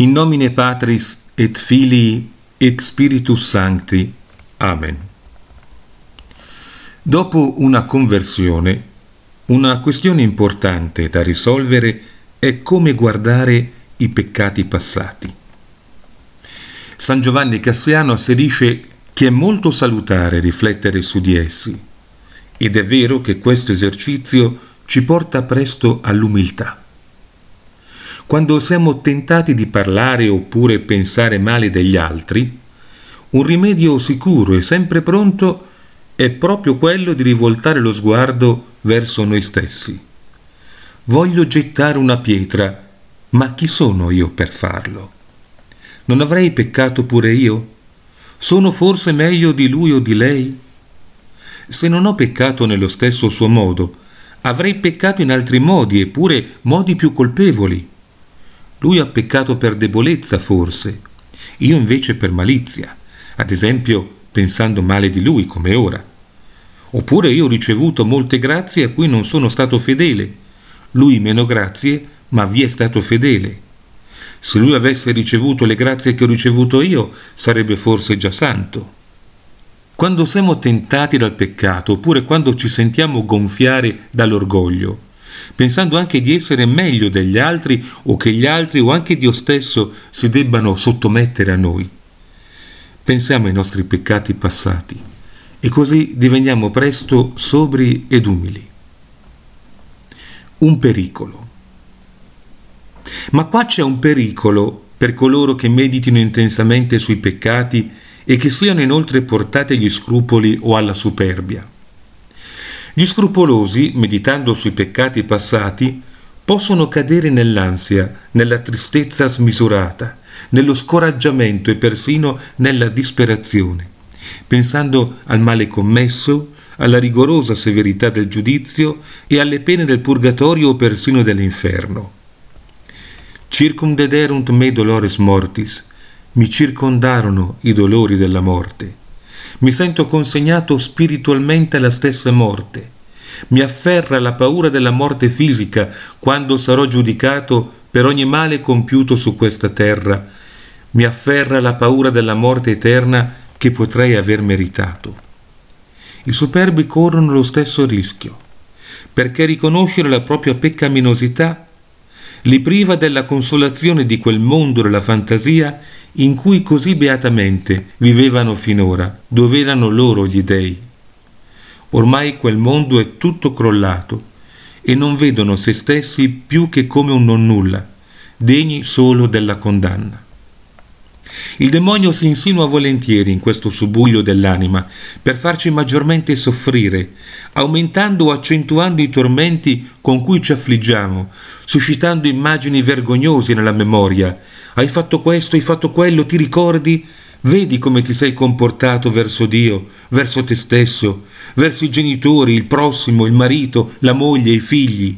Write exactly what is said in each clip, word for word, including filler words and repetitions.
In nomine Patris et Filii et Spiritus Sancti. Amen. Dopo una conversione, una questione importante da risolvere è come guardare i peccati passati. San Giovanni Cassiano asserisce che è molto salutare riflettere su di essi, ed è vero che questo esercizio ci porta presto all'umiltà. Quando siamo tentati di parlare oppure pensare male degli altri, un rimedio sicuro e sempre pronto è proprio quello di rivoltare lo sguardo verso noi stessi. Voglio gettare una pietra, ma chi sono io per farlo? Non avrei peccato pure io? Sono forse meglio di lui o di lei? Se non ho peccato nello stesso suo modo, avrei peccato in altri modi, eppure modi più colpevoli. Lui ha peccato per debolezza, forse, io invece per malizia, ad esempio pensando male di lui, come ora. Oppure io ho ricevuto molte grazie a cui non sono stato fedele, lui meno grazie, ma vi è stato fedele. Se lui avesse ricevuto le grazie che ho ricevuto io, sarebbe forse già santo. Quando siamo tentati dal peccato, oppure quando ci sentiamo gonfiare dall'orgoglio, pensando anche di essere meglio degli altri o che gli altri o anche Dio stesso si debbano sottomettere a noi, pensiamo ai nostri peccati passati e così diveniamo presto sobri ed umili. Un pericolo. Ma qua c'è un pericolo per coloro che meditino intensamente sui peccati e che siano inoltre portati agli scrupoli o alla superbia. Gli scrupolosi, meditando sui peccati passati, possono cadere nell'ansia, nella tristezza smisurata, nello scoraggiamento e persino nella disperazione, pensando al male commesso, alla rigorosa severità del giudizio e alle pene del purgatorio o persino dell'inferno. Circumdederunt me dolores mortis, mi circondarono i dolori della morte. Mi sento consegnato spiritualmente alla stessa morte. Mi afferra la paura della morte fisica quando sarò giudicato per ogni male compiuto su questa terra. Mi afferra la paura della morte eterna che potrei aver meritato. I superbi corrono lo stesso rischio, perché riconoscere la propria peccaminosità li priva della consolazione di quel mondo della fantasia in cui così beatamente vivevano finora, dove erano loro gli dei. Ormai quel mondo è tutto crollato e non vedono se stessi più che come un nonnulla, degni solo della condanna. Il demonio si insinua volentieri in questo subbuglio dell'anima per farci maggiormente soffrire, aumentando o accentuando i tormenti con cui ci affliggiamo, suscitando immagini vergognose nella memoria. Hai fatto questo, hai fatto quello, ti ricordi? Vedi come ti sei comportato verso Dio, verso te stesso, verso i genitori, il prossimo, il marito, la moglie, i figli.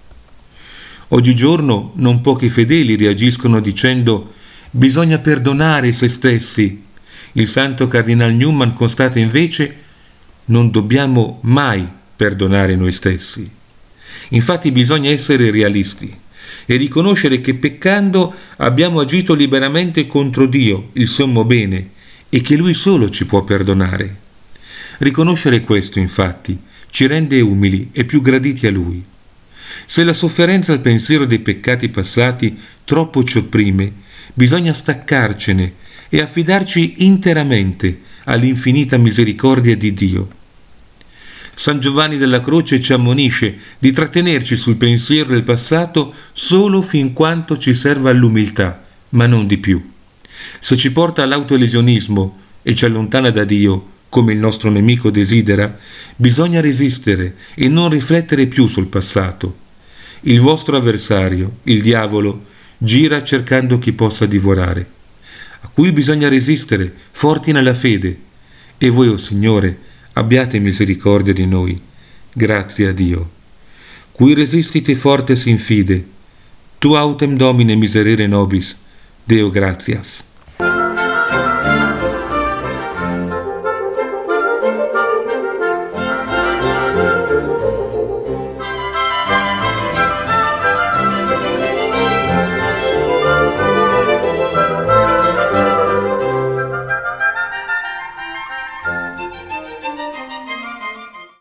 Oggigiorno non pochi fedeli reagiscono dicendo: bisogna perdonare se stessi. Il santo Cardinal Newman constata invece: non dobbiamo mai perdonare noi stessi. Infatti bisogna essere realisti e riconoscere che peccando abbiamo agito liberamente contro Dio, il sommo bene, e che Lui solo ci può perdonare. Riconoscere questo, infatti, ci rende umili e più graditi a Lui. Se la sofferenza al pensiero dei peccati passati troppo ci opprime, bisogna staccarcene e affidarci interamente all'infinita misericordia di Dio. San Giovanni della Croce ci ammonisce di trattenerci sul pensiero del passato solo fin quanto ci serva all'umiltà, ma non di più. Se ci porta all'autolesionismo e ci allontana da Dio, come il nostro nemico desidera, bisogna resistere e non riflettere più sul passato. Il vostro avversario, il diavolo, gira cercando chi possa divorare, a cui bisogna resistere, forti nella fede. E voi, o Signore, abbiate misericordia di noi. Grazie a Dio. Cui resistite fortes in fide, tu autem Domine miserere nobis, Deo gratias.